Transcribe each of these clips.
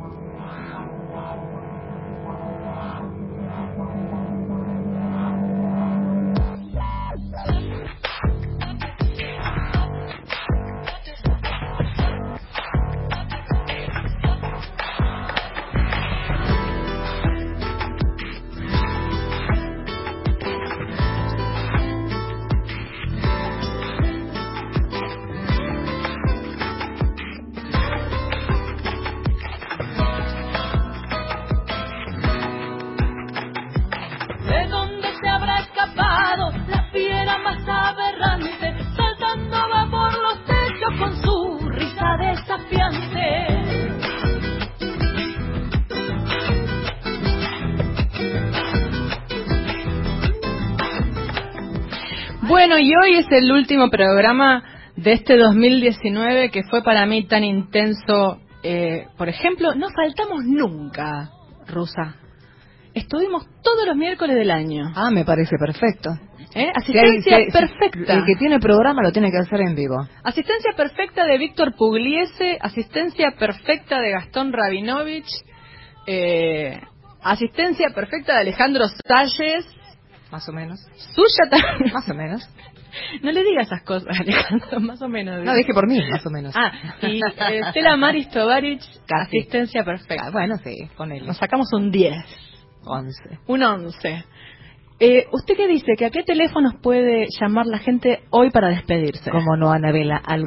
Bueno, y hoy es el último programa de este 2019 que fue para mí tan intenso. Por ejemplo, no faltamos nunca, Rusa. Estuvimos todos los miércoles del año. Ah, me parece perfecto. Asistencia perfecta. El que tiene programa lo tiene que hacer en vivo. Asistencia perfecta de Víctor Pugliese, asistencia perfecta de Gastón Rabinovich, asistencia perfecta de Alejandro Salles. Más o menos. Suya también. Más o menos. No le digas esas cosas, Alejandro, más o menos. No, dije por mí, más o menos. Y Stella Maris Tovarich, asistencia perfecta. Bueno, sí, ponele. Nos sacamos un 10. 11. Un 11. ¿Usted qué dice? ¿Que a qué teléfonos puede llamar la gente hoy para despedirse? Como no, Anabela, al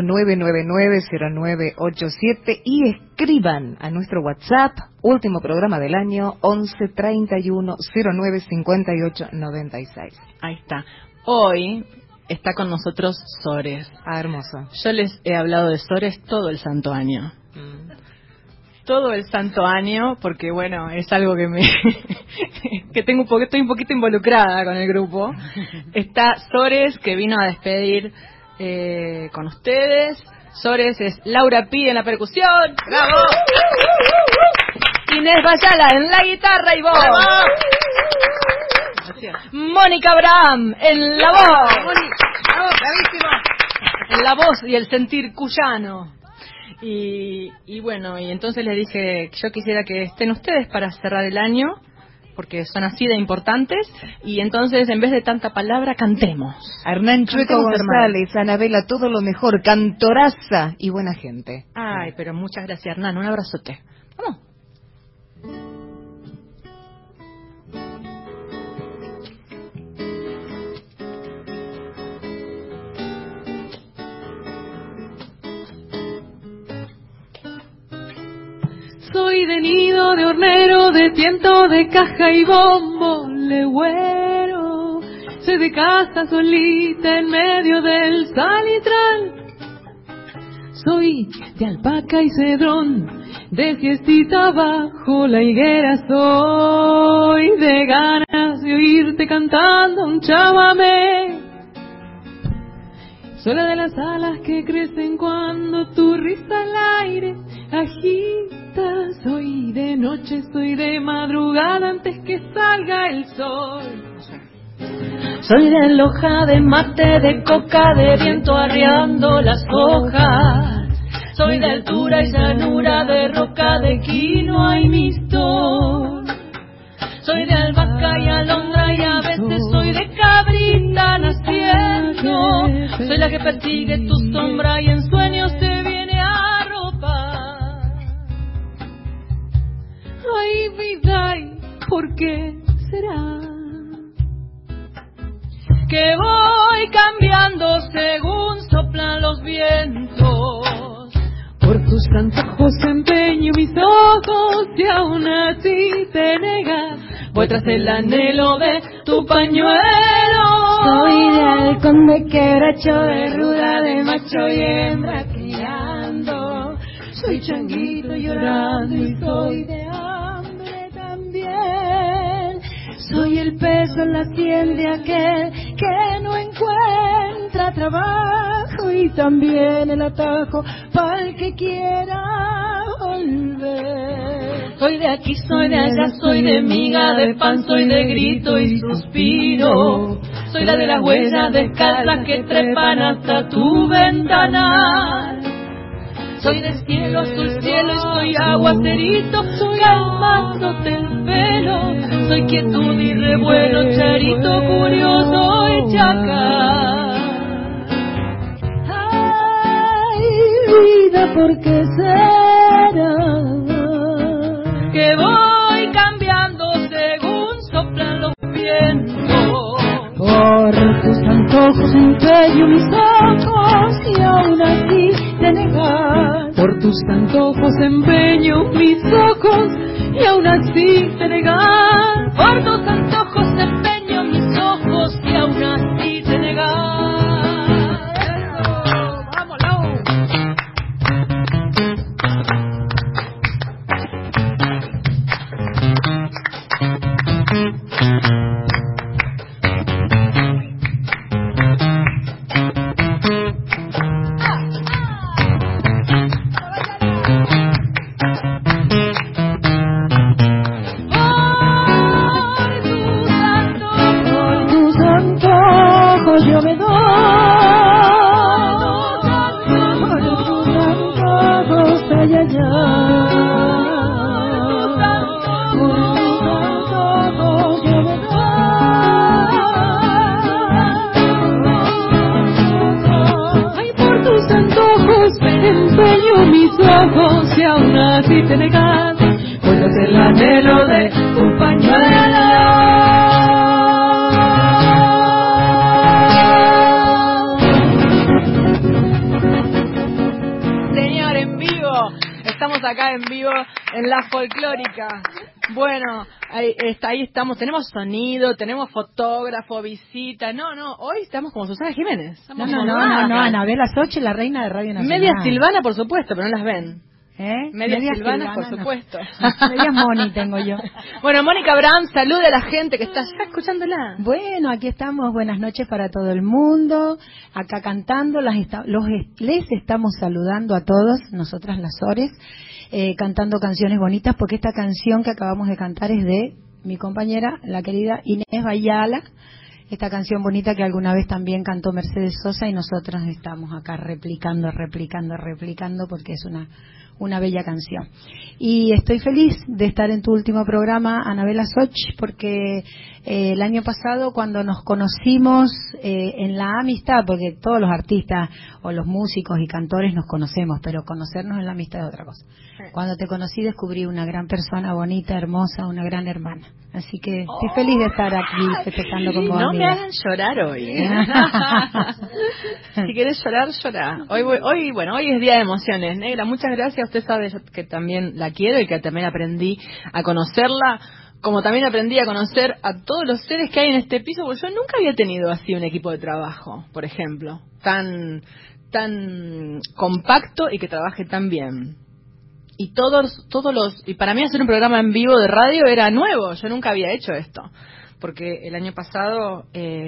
4999-0987 y escriban a nuestro WhatsApp, último programa del año, 1131-0958-96. Ahí está. Hoy está con nosotros Sores. Ah, hermoso. Yo les he hablado de Sores todo el santo año. Todo el santo año, porque bueno, es algo que que estoy un poquito involucrada con el grupo. Está Sores, que vino a despedir con ustedes. Sores es Laura Pi en la percusión. ¡Bravo! Inés Bayala en la guitarra y voz. ¡Bravo! Mónica Abraham en la voz. ¡Bravísimo! En la voz y el sentir cuyano. Y bueno, y entonces les dije que yo quisiera que estén ustedes para cerrar el año, porque son así de importantes, y entonces en vez de tanta palabra, cantemos. A Hernán Chueco González, Anabela, todo lo mejor, cantoraza y buena gente. Ay, pero muchas gracias, Hernán, un abrazote. Vamos. Soy de nido, de hornero, de tiento, de caja y bombo, legüero. Soy de casa solita en medio del salitral. Soy de alpaca y cedrón, de siestita bajo la higuera. Soy de ganas de oírte cantando un chamamé. Soy la de las alas que crecen cuando tu risa al aire agita. Soy de noche, soy de madrugada antes que salga el sol. Soy de loja, de mate, de coca, de viento arriando las hojas. Soy de altura y llanura, de roca, de quinoa y mistol. Soy de albahaca y alondra y a veces soy de cabrita naciendo. Soy la que persigue tu sombra y en sueños te viene a arropar. Ay, vida, ¿y por qué será que voy cambiando según soplan los vientos? Por tus antojos empeño mis ojos y aún así te negas. Voy tras el anhelo de tu pañuelo. Soy de halcón, de quebracho, de ruda, de macho y hembra criando. Soy changuito llorando y soy de hambre también. Soy el peso en la sien de aquel que no encuentra trabajo y también el atajo para el que quiera volver. Soy de aquí, soy de allá, soy de miga, de pan, soy de grito y suspiro. Soy la de las huellas descalzas que trepan hasta tu ventana. Soy del cielo, azul cielo y soy aguacerito, calmándote el pelo. Soy quietud y revuelo, charito, curioso y chacal. Ay, vida, ¿por qué será que voy cambiando según soplan los vientos? Por tus antojos empeño mis ojos y aún así te negas. Por tus antojos empeño mis ojos y aún así te negas. Por tus antojos empeño mis ojos y aún así te negas. ¡Vámonos! yo me doy por tus antojos, ay, ay, ay. Por tus antojos yo me doy. Ay, por tus antojos empeño mis ojos y aún así te negas. Puedo ser el anhelo de un pañuelo. Estamos acá en vivo en La Folclórica. Bueno, ahí estamos, tenemos sonido, tenemos fotógrafo, visita. No, hoy estamos como Susana Jiménez. No, Anabel Azoche, la reina de Radio Nacional. Media Silvana, por supuesto, pero no las ven. Media Silvana, por supuesto. No. Media Moni tengo yo. Bueno, Mónica Abraham, salude a la gente que está allá escuchándola. Bueno, aquí estamos, buenas noches para todo el mundo, acá cantando, les estamos saludando a todos, nosotras las Ores, cantando canciones bonitas, porque esta canción que acabamos de cantar es de mi compañera, la querida Inés Bayala, esta canción bonita que alguna vez también cantó Mercedes Sosa, y nosotros estamos acá replicando, porque es una bella canción. Y estoy feliz de estar en tu último programa, Anabel Azoch, porque el año pasado, cuando nos conocimos en la amistad, porque todos los artistas o los músicos y cantores nos conocemos, pero conocernos en la amistad es otra cosa. Cuando te conocí descubrí una gran persona, bonita, hermosa, una gran hermana. Así que estoy feliz de estar aquí festejando con vos. No me hagan llorar hoy. Si querés llorar, llorá. Hoy es día de emociones, Negra. Muchas gracias. Usted sabe que también la quiero y que también aprendí a conocerla, como también aprendí a conocer a todos los seres que hay en este piso, porque yo nunca había tenido así un equipo de trabajo, por ejemplo, tan compacto y que trabaje tan bien. Y y para mí hacer un programa en vivo de radio era nuevo, yo nunca había hecho esto, porque el año pasado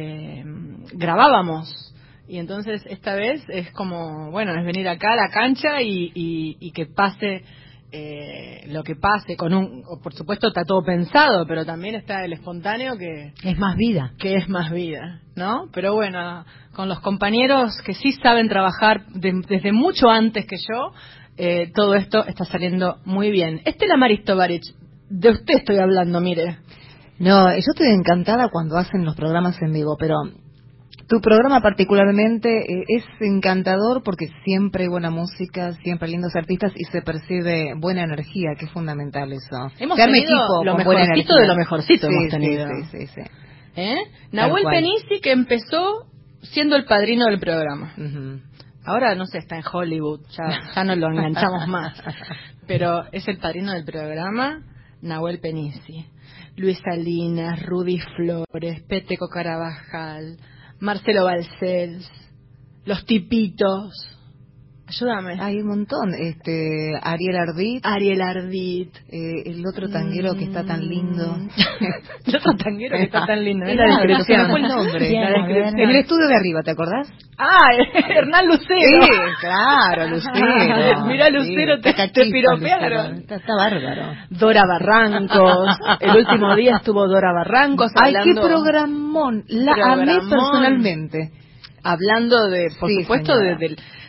grabábamos, y entonces esta vez es como, bueno, es venir acá a la cancha y que pase lo que pase, por supuesto está todo pensado, pero también está el espontáneo que es más vida, ¿no? Pero bueno, con los compañeros que sí saben trabajar desde mucho antes que yo, todo esto está saliendo muy bien. Estela Maris Tovarich, de usted estoy hablando, mire. No, yo estoy encantada cuando hacen los programas en vivo, pero tu programa particularmente es encantador porque siempre hay buena música, siempre hay lindos artistas y se percibe buena energía, que es fundamental eso. Hemos tenido lo mejorcito de lo mejorcito, hemos tenido. Sí. Nahuel Penisi, que empezó siendo el padrino del programa. Uh-huh. Ahora, no sé, está en Hollywood, ya no lo enganchamos más. Pero es el padrino del programa, Nahuel Penisi. Luis Salinas, Rudy Flores, Peteco Carabajal, Marcelo Balcells, Los Tipitos. Ayúdame. Hay un montón. Ariel Ardit. El otro tanguero que está tan lindo. El otro tanguero que está tan lindo. La descripción. ¿Cuál fue el nombre? En el estudio de arriba, ¿te acordás? Hernán Lucero. Sí, claro, Lucero. Mirá, Lucero, te piropearon. Está bárbaro. Dora Barrancos. El último día estuvo Dora Barrancos. Ay, qué programón. La amé personalmente. Hablando por supuesto,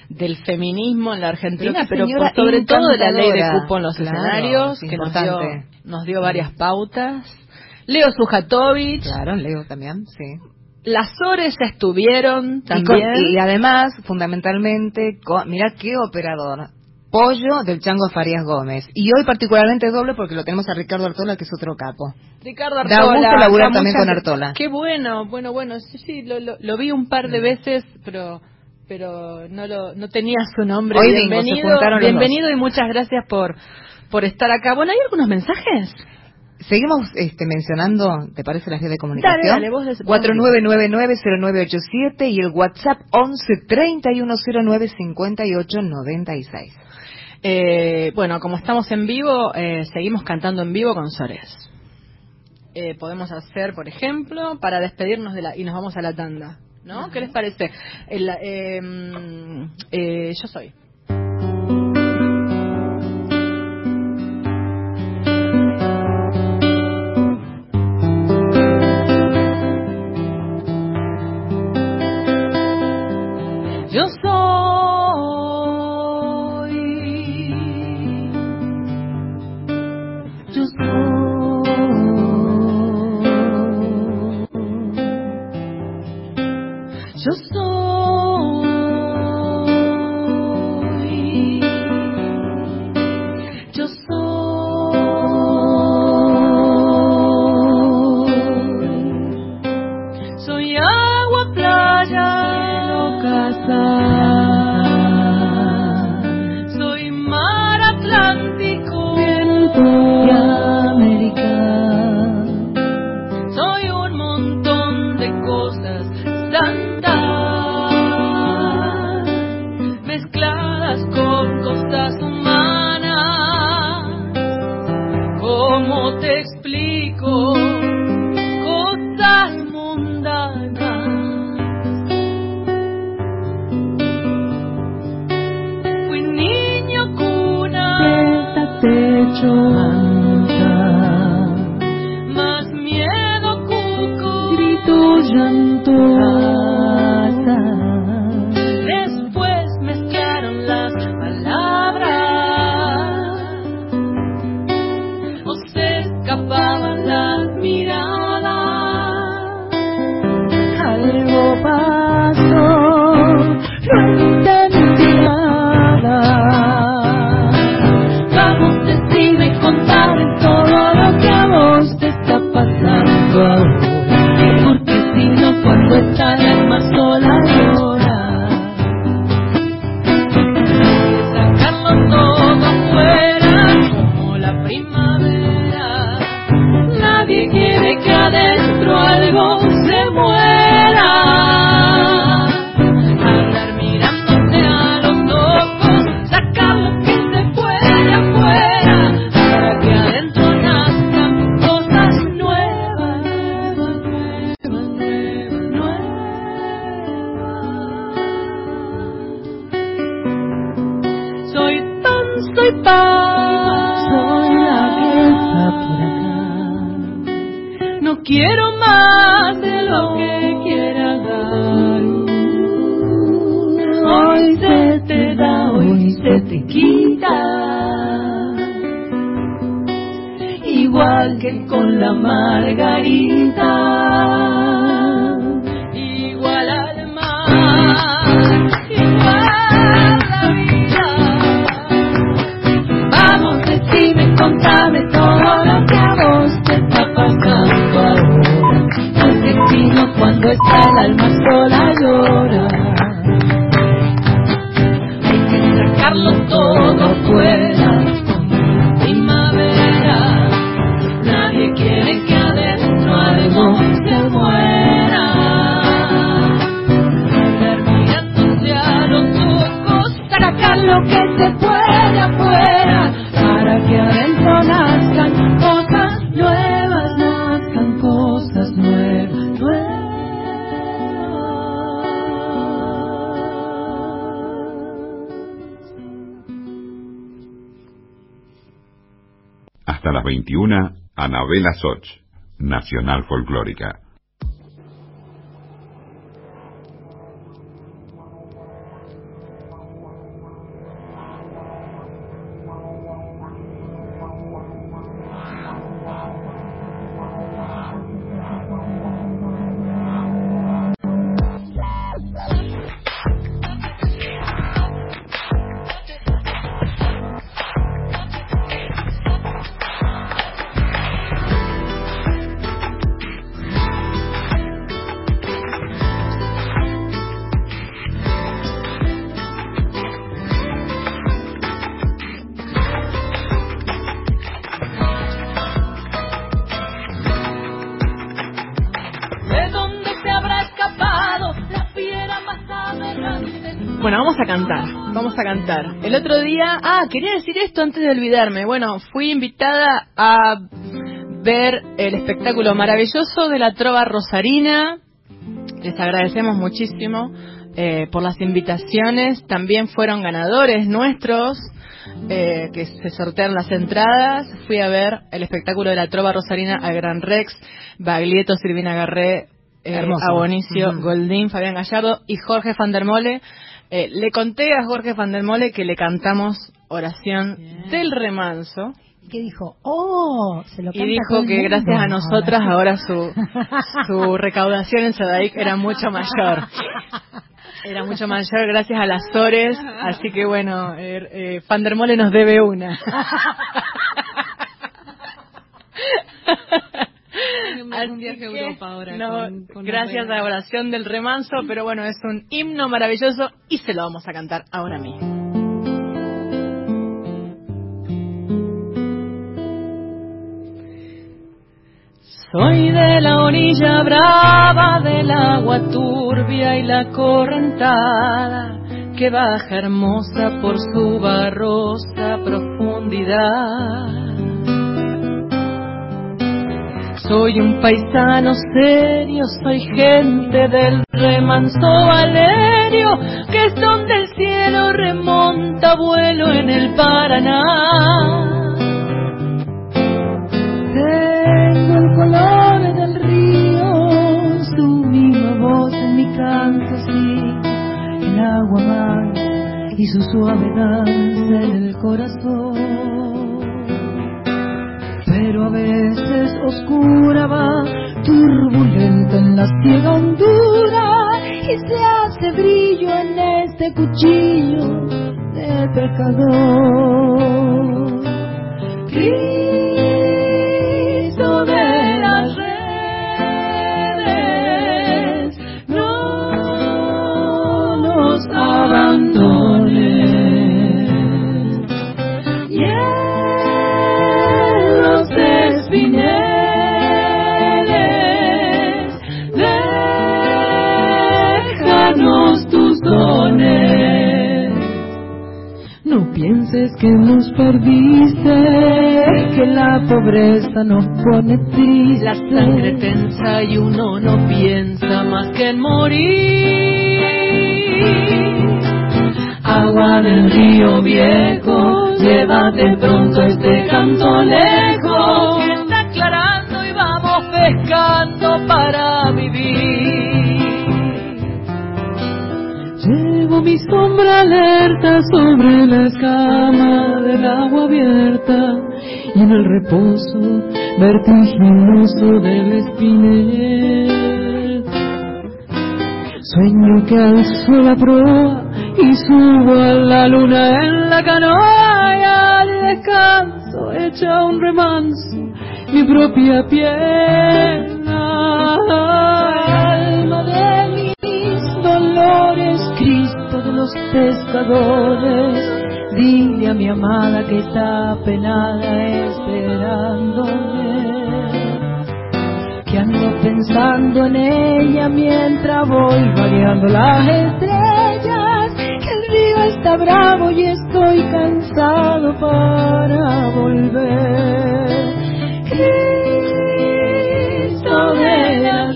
del feminismo en la Argentina, pero sobre todo de la ley de cupo en los escenarios, que nos dio varias pautas. Leo Sujatovich. Claro, Leo también, sí. Las Ores ya estuvieron también. Y además, fundamentalmente, mirá qué operador. Pollo del Chango Farías Gómez. Y hoy particularmente doble porque lo tenemos a Ricardo Artola, que es otro capo. Ricardo Artola. Da gusto laburar también con Artola. Qué bueno, sí, lo vi un par de veces, pero no tenía su nombre. Hoy Bienvenido y muchas gracias por estar acá. Bueno, ¿hay algunos mensajes? Seguimos mencionando, ¿te parece las vías de comunicación? Dale, vos 4999-0987 y el WhatsApp 11-3109-5896. Bueno, como estamos en vivo, seguimos cantando en vivo con Sores. Podemos hacer, por ejemplo, para despedirnos y nos vamos a la tanda, ¿no? Uh-huh. ¿Qué les parece? Yo soy. Yo soy agua, playa, casa. Soy mar Atlántico, viento de América. Soy un montón de cosas santas, mezcladas con cosas humanas. ¿Cómo te explico? Cosas mundanas. Fui niño cuna, techo alta, más miedo cuco, grito, llanto, casa. Después mezclaron las palabras, o se escapaban las miradas. Algo pasó, no entendí nada. Vamos, decime, contame todo lo que a vos te está pasando ahora. Porque si no, cuando está el alma sola llora. Sacarlo todo afuera como la primavera. Nadie quiere que adentro algo se muera. Andar mirándote a los ojos, sacar lo que se puede afuera, para que adentro nazcan cosas nuevas, nuevas. Soy pan, soy la que está por acá. No quiero más de lo que quiera dar. Hoy se te da, hoy se te quita. Igual que con la margarita. Igual al mar, igual la vida. Vamos, decime, contame todo lo que a vos te está pasando ahora. El destino cuando está el alma sola llora. Hay que sacarlo todo afuera como la primavera. Nadie quiere que adentro algo se muera. Andar mirándose a los ojos, sacar lo que se puede afuera, para que adentro nazcan cosas nuevas, nazcan cosas nuevas, nuevas. Hasta las 21, Anabela Soch, Nacional Folclórica. Bueno, vamos a cantar. El otro día, quería decir esto antes de olvidarme. Bueno, fui invitada a ver el espectáculo maravilloso de la Trova Rosarina. Les agradecemos muchísimo por las invitaciones. También fueron ganadores nuestros, que se sortearon las entradas. Fui a ver el espectáculo de la Trova Rosarina al Gran Rex, Baglietto, Silvina Garré, Abonicio, Goldín, Fabián Gallardo y Jorge van der Mole. Le conté a Jorge van der Mole que le cantamos Oración del Remanso. ¿Qué dijo? Se lo canta. Y dijo que gracias a nosotras ahora su recaudación en Sadaic era mucho mayor. Era mucho mayor gracias a las Sores. Así que bueno, van der Mole nos debe una. Un viaje a Europa ahora. Con gracias a la Oración del Remanso, pero bueno, es un himno maravilloso y se lo vamos a cantar ahora mismo. Soy de la orilla brava del agua turbia y la correntada que baja hermosa por su barrosa profundidad. Soy un paisano serio, soy gente del remanso Valerio, que es donde el cielo remonta vuelo en el Paraná. Tengo el color del río, su misma voz en mi canto, sí, el agua mar y su suave danza en el corazón. Pero a veces oscura va, turbulenta en la ciega hondura, y se hace brillo en este cuchillo de pecador. Cristo de las redes, no nos abandones. Déjanos tus dones. No pienses que nos perdiste, que la pobreza nos pone triste. La sangre tensa y uno no piensa más que en morir. Agua del río viejo, llévate pronto este canto lejos, que está aclarando y vamos pescando para vivir. Llevo mi sombra alerta sobre la escama del agua abierta y en el reposo vertiginoso del espinel. Sueño que alzo la proa y subo a la luna en la canoa, y al descanso echa un remanso mi propia pierna. Alma de mis dolores, Cristo de los pescadores, dile a mi amada que está penada esperándome, que ando pensando en ella mientras voy variando las estrellas, que el río está bravo y estoy cansado para volver. Cristo de las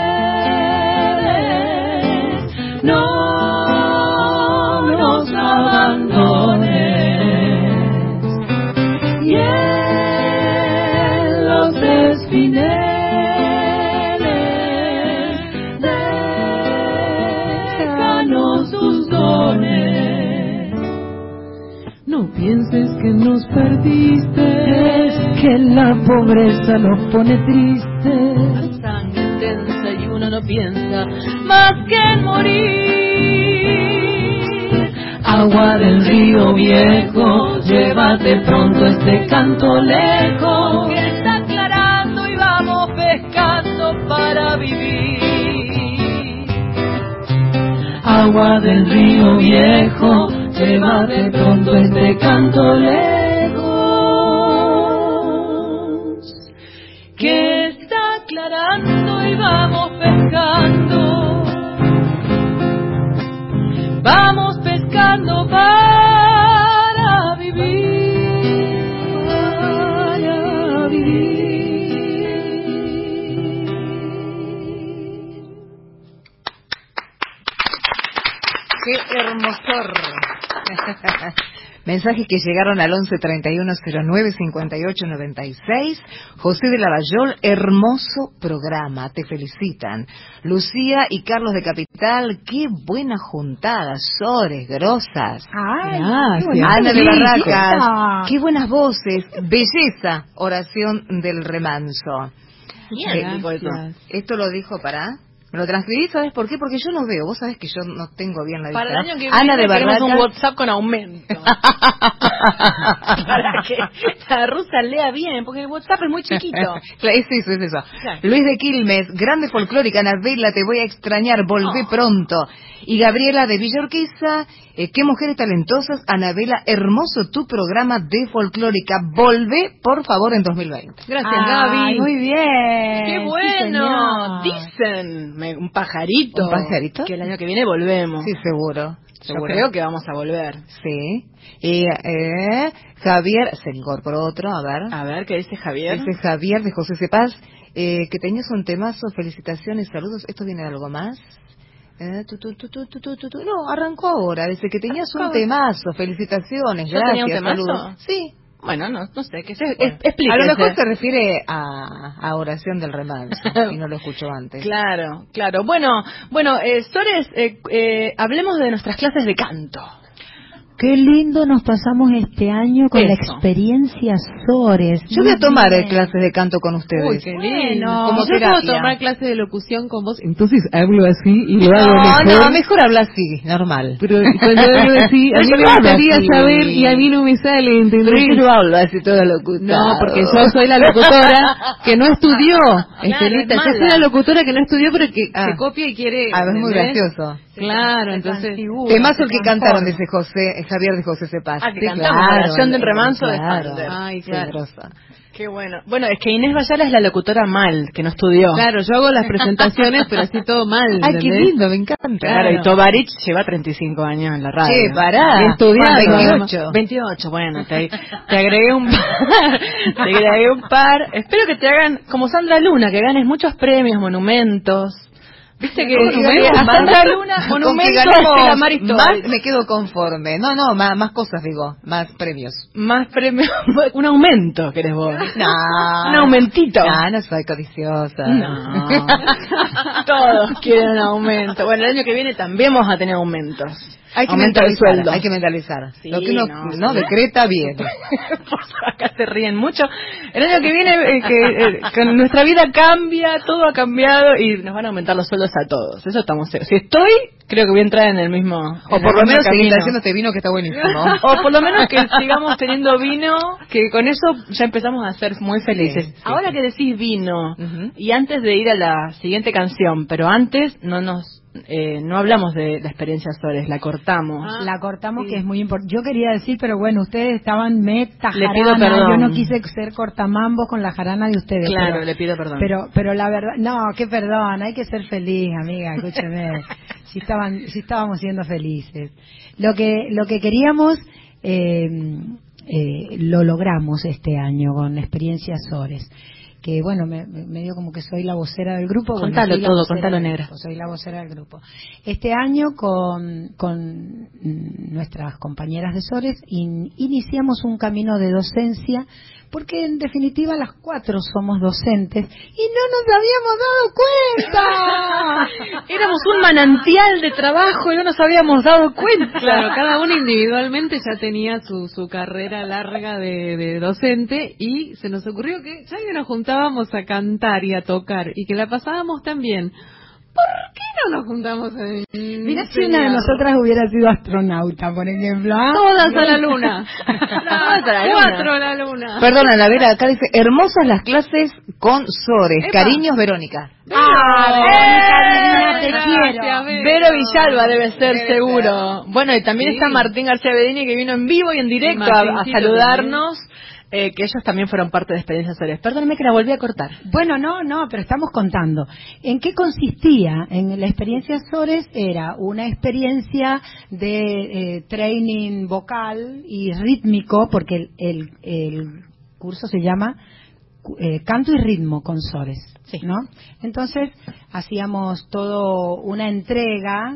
redes, no nos abandones, y en los espinel no pienses que nos perdiste, es que la pobreza nos pone triste. La sangre tensa y uno no piensa más que en morir. Agua del río viejo, llévate pronto este canto lejos, que está aclarando y vamos pescando para vivir. Agua del río viejo, llévate pronto este canto lejos, que está aclarando y vamos pescando. Vamos pescando. buscando para vivir, para vivir. ¡Qué hermosor! Mensajes que llegaron al 11-3109-5896. José de Lavallol, hermoso programa, te felicitan. Lucía y Carlos de Capital, qué buena juntada, Sores, grosas. Ay, Ana de Barracas, qué buenas voces, belleza, oración del remanso. Esto lo dijo para... Me lo transcribí, ¿sabes por qué? Porque yo no veo. Vos sabés que yo no tengo bien la vista. Para el año que Ana viene de Barracas, un WhatsApp con aumento. Para que la rusa lea bien, porque el WhatsApp es muy chiquito. Es eso. Claro. Luis de Quilmes, grande folclórica, Anabela, te voy a extrañar, volvé pronto. Y Gabriela de Villa Urquiza, qué mujeres talentosas, Anabela, hermoso tu programa de folclórica. Volvé, por favor, en 2020. Gracias, Gaby. Muy bien. Qué bueno. Sí, dicen, un pajarito. ¿Un pajarito? Que el año que viene volvemos. Sí, seguro. Yo creo que vamos a volver. Sí. Y Javier, se incorporó otro, a ver. A ver, ¿qué dice Javier? Dice Javier de José Cepaz, que tenías un temazo, felicitaciones, saludos. ¿Esto viene de algo más? No, arrancó ahora. Dice que tenías un temazo, felicitaciones, ¿Yo gracias, tenía un temazo? saludos. Sí. Bueno, no sé, que se Bueno, explíquese. a lo mejor se refiere a oración del remanso y no lo escuchó antes. Claro. Bueno, Sores, hablemos de nuestras clases de canto. Qué lindo nos pasamos este año con la experiencia Sores. Yo voy a tomar clases de canto con ustedes. Uy, qué lindo. Como yo terapia. puedo tomar clase de locución con vos, entonces hablo así y lo hago mejor. No, mejor habla así, normal. Pero cuando hablo así, a mí me gustaría saber y a mí no me sale, ¿entendés? Yo no hablo así todo locutor. No, porque yo soy la locutora que no estudió, Estelita. Yo soy la locutora que no estudió, pero que se copia y quiere... Ah, es muy gracioso. Claro, entonces... Temazo el que cantaron, dice Javier de José Cepaz. Que cantamos la oración del remanso de Fander. Ay, claro. Qué bueno. Bueno, es que Inés Bayala es la locutora mal, que no estudió. Claro, yo hago las presentaciones, pero así todo mal. Ay, qué lindo, me encanta. Claro, y Tovarich lleva 35 años en la radio. Che, pará. Estudiando. 28, bueno, te agregué un par. Espero que te hagan, como Sandra Luna, que ganes muchos premios, monumentos. Viste que a Sandra Luna, monumentos de la mar histórica. Más me quedo conforme. No, más cosas digo, más premios. Más premios, un aumento, querés vos. No. Un aumentito. No soy codiciosa. No. Todos quieren un aumento. Bueno, el año que viene también vamos a tener aumentos. Hay que aumento del sueldo. Hay que mentalizar. Sí, lo que uno no decreta bien. Acá se ríen mucho. El año que viene con nuestra vida cambia, todo ha cambiado y nos van a aumentar los sueldos a todos. Eso estamos seguros. Si estoy, creo que voy a entrar en el mismo. O por lo menos seguir haciendo este vino que está buenísimo. O por lo menos que sigamos teniendo vino, que con eso ya empezamos a ser muy felices. Sí. Ahora que decís vino, y antes de ir a la siguiente canción, pero antes no hablamos de la experiencia Sores, la cortamos. La cortamos, sí. Que es muy importante. Yo quería decir, pero bueno, ustedes estaban meta Le pido jarana. perdón. Yo no quise ser cortamambos con la jarana de ustedes. Claro, le pido perdón. Pero la verdad, no, qué perdón, hay que ser feliz, amiga, escúcheme. si estábamos siendo felices. Lo que queríamos lo logramos este año con experiencia Sores. Que bueno, me dio como que soy la vocera del grupo. Contalo todo, contalo, negra. Soy la vocera del grupo. Este año con nuestras compañeras de Sores iniciamos un camino de docencia, porque en definitiva las 4 somos docentes y no nos habíamos dado cuenta. Éramos un manantial de trabajo y no nos habíamos dado cuenta. Claro, cada uno individualmente ya tenía su carrera larga de docente y se nos ocurrió que ya que nos juntábamos a cantar y a tocar y que la pasábamos tan bien, ¿por qué no nos juntamos a Mirá si una de nosotras hubiera sido astronauta, por ejemplo. ¿Ah? Todas a la luna. Todas a la luna. 4 a la luna. Perdona, la Vera, acá dice, hermosas las clases con Sores. Epa. Cariños, Verónica. Verónica, te quiero. Vero Villalba debe ser seguro. Bueno, y también está Martín García Bedini, que vino en vivo y en directo a saludarnos. que ellos también fueron parte de Experiencias Sores. Perdóname que la volví a cortar. Bueno, no, pero estamos contando. ¿En qué consistía? En la experiencia Sores era una experiencia de training vocal y rítmico, porque el curso se llama Canto y Ritmo con Sores, sí, ¿no? Entonces hacíamos todo una entrega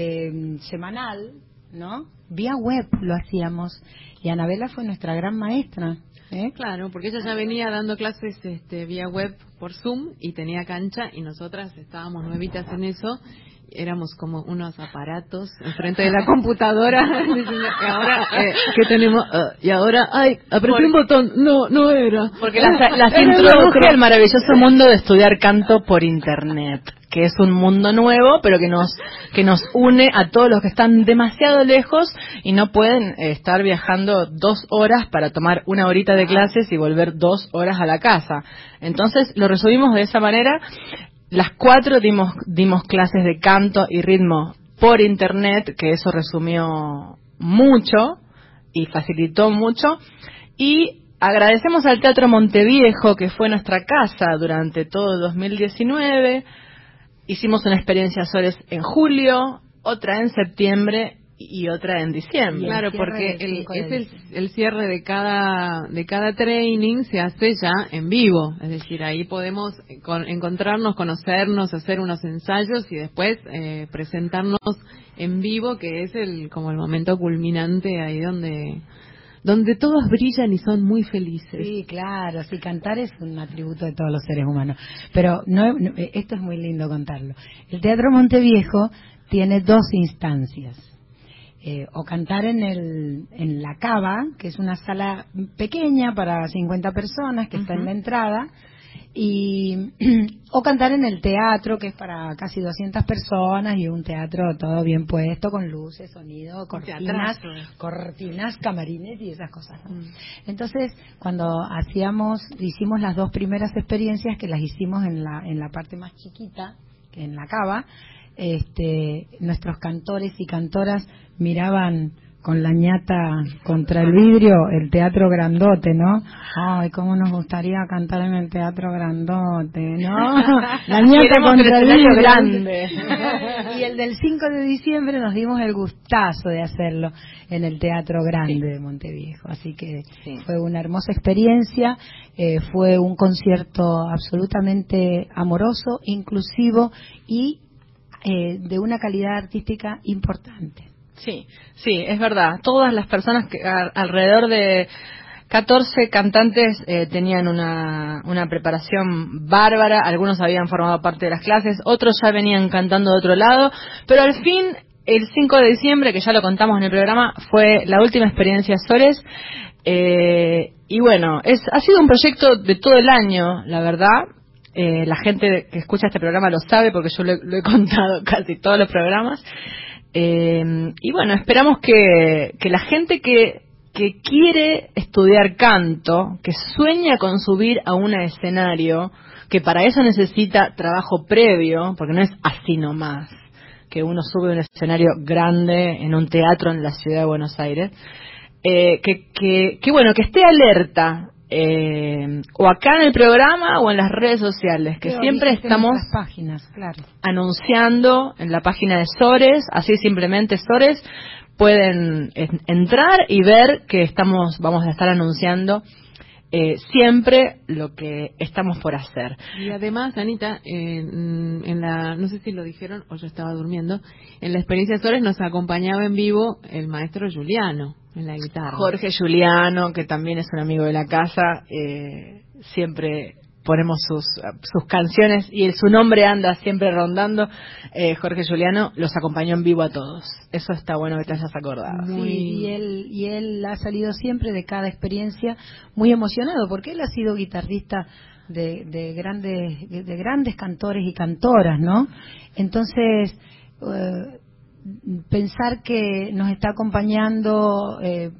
semanal, ¿no? Vía web lo hacíamos, y Anabela fue nuestra gran maestra. Claro, porque ella ya venía dando clases vía web por Zoom y tenía cancha, y nosotras estábamos nuevitas en eso, éramos como unos aparatos enfrente de la computadora. Y ahora ¿qué tenemos? Y ahora apreté un botón, no era, porque las introduje al maravilloso mundo de estudiar canto por internet, que es un mundo nuevo, pero que nos une a todos los que están demasiado lejos y no pueden estar viajando 2 horas para tomar 1 horita de clases y volver 2 horas a la casa. Entonces lo resumimos de esa manera. Las 4 dimos clases de canto y ritmo por internet, que eso resumió mucho y facilitó mucho. Y agradecemos al Teatro Monteviejo, que fue nuestra casa durante todo 2019. Hicimos una experiencia Sores en julio, otra en septiembre y otra en diciembre. Claro, porque el cierre de cada training se hace ya en vivo, es decir, ahí podemos encontrarnos, conocernos, hacer unos ensayos y después presentarnos en vivo, que es como el momento culminante, ahí donde todos brillan y son muy felices. Sí, claro, sí, cantar es un atributo de todos los seres humanos. Pero esto es muy lindo contarlo. El Teatro Monteviejo tiene 2 instancias. O cantar en la Cava, que es una sala pequeña para 50 personas que está en la entrada, o cantar en el teatro, que es para casi 200 personas, y un teatro todo bien puesto, con luces, sonido, cortinas, camarines y esas cosas, ¿no? Entonces, cuando hicimos las 2 primeras experiencias, que las hicimos en la parte más chiquita, que en la Cava, nuestros cantores y cantoras miraban con la ñata contra el vidrio el teatro grandote, ¿no? Ay, cómo nos gustaría cantar en el teatro grandote, ¿no? La ñata contra el vidrio grande. Y el del 5 de diciembre nos dimos el gustazo de hacerlo en el Teatro Grande de Monteviejo, así que fue una hermosa experiencia, fue un concierto absolutamente amoroso, inclusivo y de una calidad artística importante. Sí, es verdad. Todas las personas que alrededor de 14 cantantes tenían una preparación bárbara. Algunos habían formado parte de las clases, otros ya venían cantando de otro lado, pero al fin, el 5 de diciembre, que ya lo contamos en el programa, fue la última experiencia Sores. Y bueno, ha sido un proyecto de todo el año, la verdad. La gente que escucha este programa lo sabe, porque yo lo he contado casi todos los programas. Y bueno, esperamos que la gente que quiere estudiar canto, que sueña con subir a un escenario, que para eso necesita trabajo previo, porque no es así nomás que uno sube a un escenario grande en un teatro en la ciudad de Buenos Aires, que bueno, que esté alerta, o acá en el programa o en las redes sociales, que siempre estamos páginas, claro, anunciando en la página de Sores, así simplemente Sores, pueden entrar y ver que vamos a estar anunciando siempre lo que estamos por hacer. Y además, Anita, no sé si lo dijeron o yo estaba durmiendo, en la experiencia Sores nos acompañaba en vivo el maestro Juliano en la guitarra. Jorge Juliano, que también es un amigo de la casa, siempre ponemos sus canciones y su nombre anda siempre rondando. Jorge Juliano los acompañó en vivo a todos. Eso está bueno que te hayas acordado. Sí, y él ha salido siempre de cada experiencia muy emocionado, porque él ha sido guitarrista de grandes cantores y cantoras, ¿no? Entonces, pensar que nos está acompañando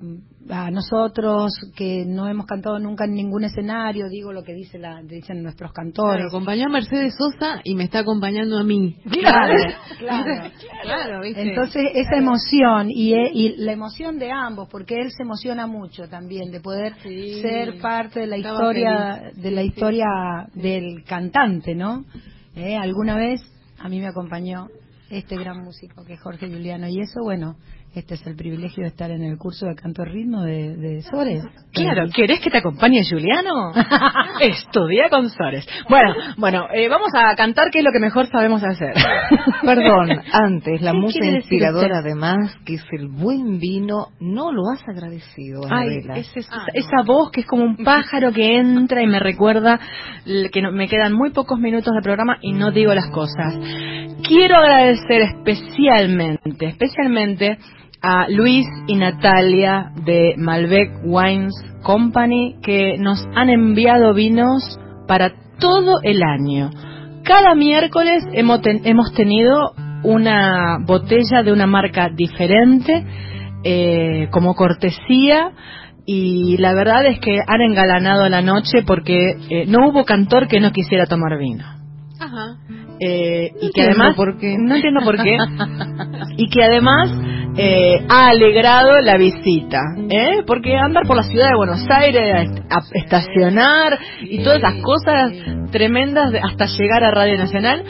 a nosotros que no hemos cantado nunca en ningún escenario, digo lo que dicen nuestros cantores. Claro, acompañó a Mercedes Sosa y me está acompañando a mí. Claro, ¿viste? Entonces esa emoción y la emoción de ambos, porque él se emociona mucho también de poder ser parte de la historia del cantante, ¿no? Alguna vez a mí me acompañó este gran músico que es Jorge Giuliano, y eso, bueno, este es el privilegio de estar en el curso de canto ritmo de Sores. Claro, ¿querés que te acompañe Giuliano? Estudia con Sores. Bueno, vamos a cantar, que es lo que mejor sabemos hacer. Perdón, antes, la musa inspiradora además, que es el buen vino, no lo has agradecido, Anabela. Esa voz que es como un pájaro que entra y me recuerda que me quedan muy pocos minutos de programa y no digo las cosas. Quiero agradecer especialmente a Luis y Natalia de Malbec Wines Company, que nos han enviado vinos para todo el año. Cada miércoles hemos tenido una botella de una marca diferente como cortesía, y la verdad es que han engalanado la noche porque no hubo cantor que no quisiera tomar vino. Ajá. Y que además no entiendo por qué y que además ha alegrado la visita, porque andar por la ciudad de Buenos Aires a estacionar y todas esas cosas tremendas hasta llegar a Radio Nacional,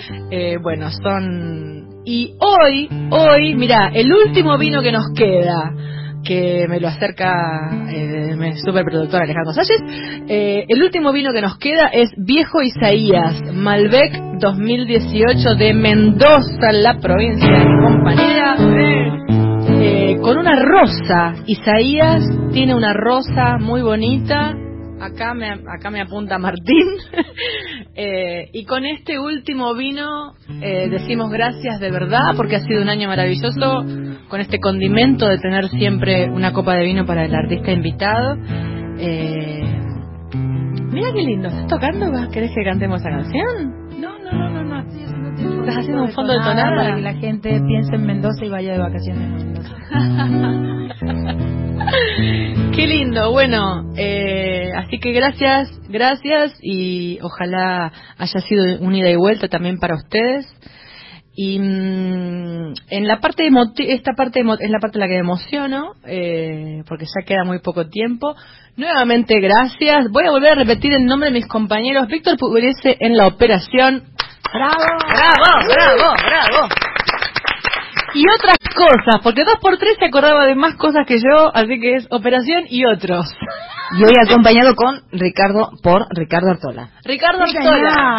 y hoy mira, el último vino que nos queda, que me lo acerca mi superproductor Alejandro Salles, el último vino que nos queda es Viejo Isaías, Malbec 2018 de Mendoza, la provincia de mi compañera, con una rosa. Isaías tiene una rosa muy bonita. Acá me apunta Martín. Y con este último vino decimos gracias de verdad, porque ha sido un año maravilloso, con este condimento de tener siempre una copa de vino para el artista invitado. Mira qué lindo, ¿estás tocando? ¿Querés que cantemos esa canción? No, estoy haciendo ¿Estás haciendo un fondo de tonada? Para que la gente piense en Mendoza y vaya de vacaciones a Mendoza. Qué lindo, bueno, así que gracias, y ojalá haya sido un ida y vuelta también para ustedes. Y en la parte esta parte es la parte en la que me emociono, porque ya queda muy poco tiempo. Nuevamente gracias. Voy a volver a repetir el nombre de mis compañeros. Víctor Pugliese en la operación. ¡Bravo! Y otras cosas, porque 2x3 se acordaba de más cosas que yo, así que es operación y otros. Y hoy acompañado con Ricardo Artola. Ricardo Artola,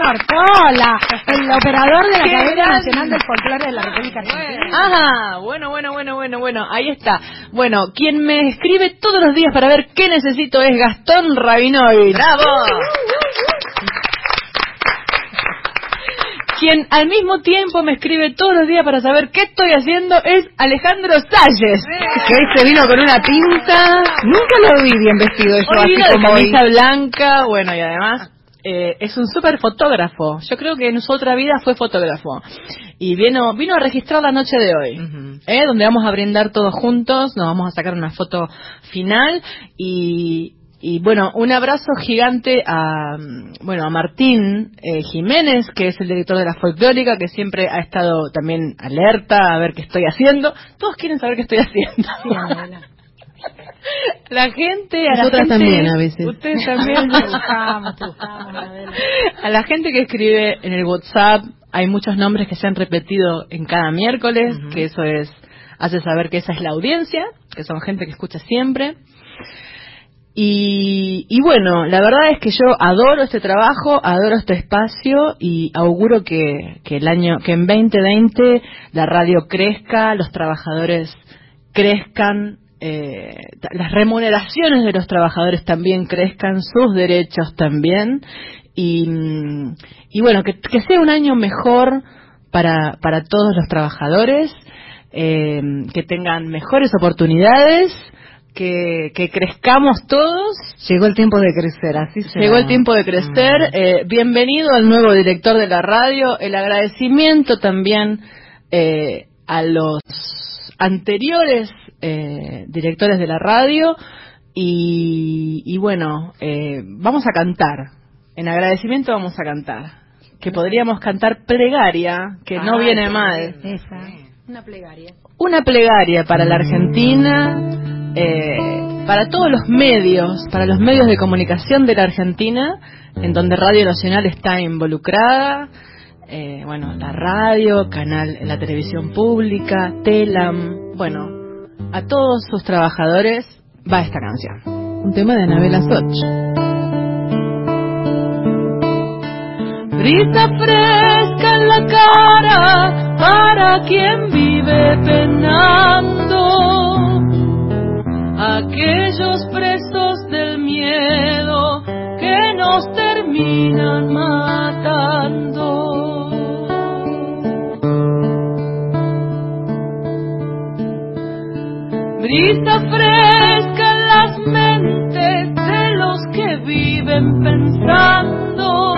el operador de la Academia Nacional del Folclore de la República Argentina. Ajá, bueno, ahí está. Bueno, quien me escribe todos los días para ver qué necesito es Gastón Rabinovich. ¡Bravo! Quien al mismo tiempo me escribe todos los días para saber qué estoy haciendo es Alejandro Salles. Que se vino con una pinta. Nunca lo vi bien vestido yo, hoy así vino como de camisa blanca, bueno, y además es un súper fotógrafo. Yo creo que en su otra vida fue fotógrafo. Y vino a registrar la noche de hoy, donde vamos a brindar todos juntos, nos vamos a sacar una foto final y bueno, un abrazo gigante a Martín Jiménez, que es el director de la Folclórica, que siempre ha estado también alerta a ver qué estoy haciendo. Todos quieren saber qué estoy haciendo. Sí, la gente, nosotras también a veces. Ustedes también. Te buscamos, a la gente que escribe en el WhatsApp, hay muchos nombres que se han repetido en cada miércoles, que eso hace saber que esa es la audiencia, que son gente que escucha siempre. Y bueno, la verdad es que yo adoro este trabajo, adoro este espacio, y auguro que en 2020 la radio crezca, los trabajadores crezcan, las remuneraciones de los trabajadores también crezcan, sus derechos también, y bueno, que sea un año mejor para todos los trabajadores, que tengan mejores oportunidades, que crezcamos todos. Llegó el tiempo de crecer, así será. Llegó el tiempo de crecer. Bienvenido al nuevo director de la radio. El agradecimiento también a los anteriores directores de la radio, y bueno, vamos a cantar. En agradecimiento vamos a cantar. Que podríamos cantar plegaria, que no viene mal. Esa, una plegaria. Una plegaria para la Argentina, para todos los medios, para los medios de comunicación de la Argentina, en donde Radio Nacional está involucrada. Bueno, la radio, la televisión pública, Telam, bueno, a todos sus trabajadores va esta canción. Un tema de Anabela Soch. Brisa fresca en la cara para quien vive penando, aquellos presos del miedo que nos terminan matando. Brisa fresca en las mentes de los que viven pensando,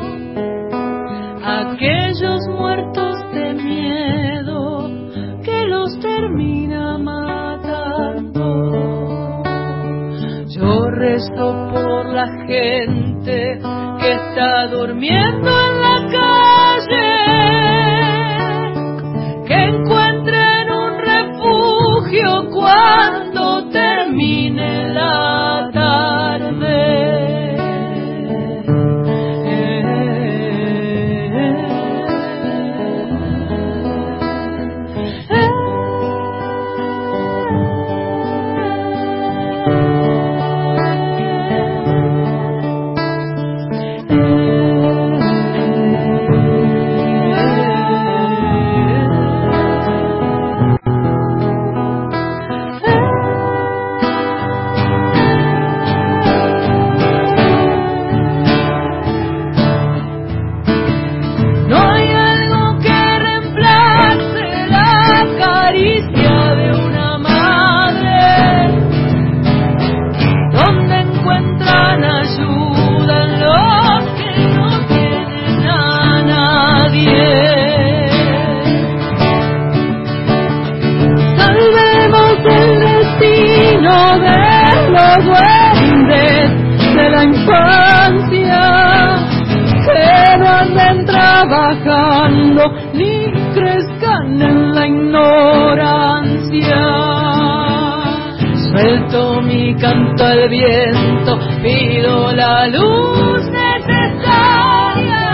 aquellos muertos de miedo que los termina matando. Yo rezo por la gente que está durmiendo en la calle, que encuentren un refugio cuando termine la tarde. Ni crezcan en la ignorancia. Suelto mi canto al viento, pido la luz necesaria,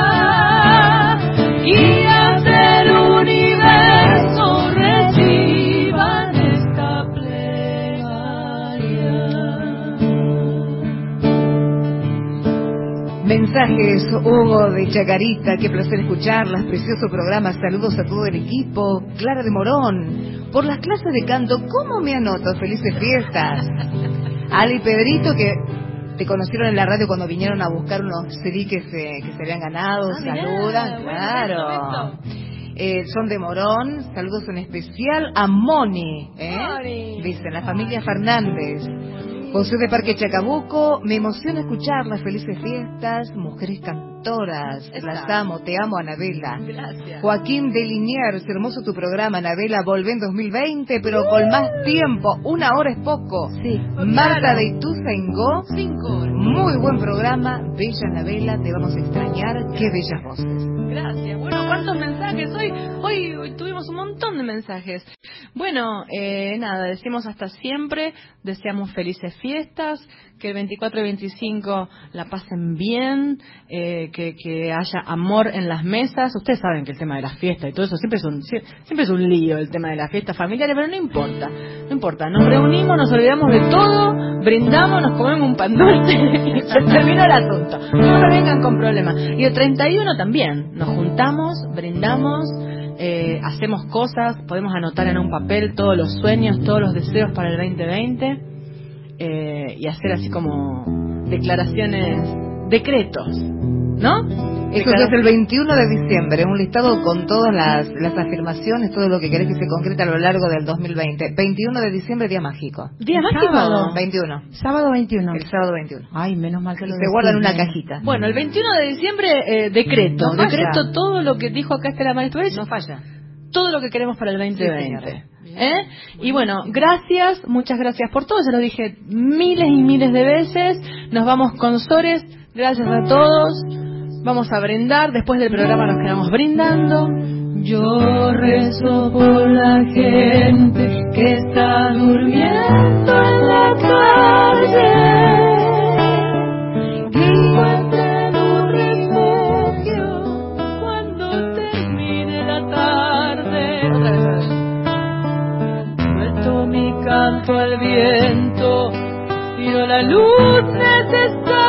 guías del universo reciban esta plegaria. Mensajes, Hugo de Chacarita, qué placer escucharlas, precioso programa, saludos a todo el equipo. Clara de Morón, por las clases de canto, ¿cómo me anoto? Felices fiestas. Ali y Pedrito, que te conocieron en la radio cuando vinieron a buscar unos CD que se habían ganado, saludan, claro. Son de Morón, saludos en especial a Moni, dicen, la familia Fernández. José de Parque Chacabuco, me emociona escucharlas, felices fiestas, mujeres cantoras, las amo, te amo, Anabela. Gracias. Joaquín de Liniers, hermoso tu programa, Anabela, volvé en 2020, pero con más tiempo, 1 hora es poco. Sí. Marta Claro. de Ituzaingó, 5 horas. muy buen programa, bella Anabela, te vamos a extrañar, qué bellas voces. Gracias. Bueno, ¿cuántos mensajes? Hoy tuvimos un montón de mensajes. Bueno, nada, decimos hasta siempre, deseamos felices fiestas, que el 24 y 25 la pasen bien, que haya amor en las mesas. Ustedes saben que el tema de las fiestas y todo eso siempre es un lío, el tema de las fiestas familiares, pero no importa, nos reunimos, nos olvidamos de todo, brindamos, nos comemos un pan dulce y se terminó el asunto. No me vengan con problemas. Y el 31 también, nos juntamos, brindamos, hacemos cosas, podemos anotar en un papel todos los sueños, todos los deseos para el 2020, y hacer así como declaraciones, decretos, ¿no? Eso es el 21 de diciembre, un listado con todas las afirmaciones, todo lo que querés que se concrete a lo largo del 2020. 21 de diciembre, día mágico. ¿Día mágico? Sábado. 21. Sábado 21. El sábado 21. Ay, menos mal que lo Se guarda en una decís, cajita. Bueno, el 21 de diciembre, decreto. No falla. Decreto todo lo que dijo acá Estela Maristabel. No falla. todo lo que queremos para el 2020. Y bueno, gracias, muchas gracias por todo, ya lo dije miles y miles de veces. Nos vamos con Sores, gracias a todos. Vamos a brindar, después del programa nos quedamos brindando. Yo rezo por la gente que está durmiendo en la calle, que encuentren un refugio cuando termine la tarde. Suelto mi canto al viento, tiro la luz necesaria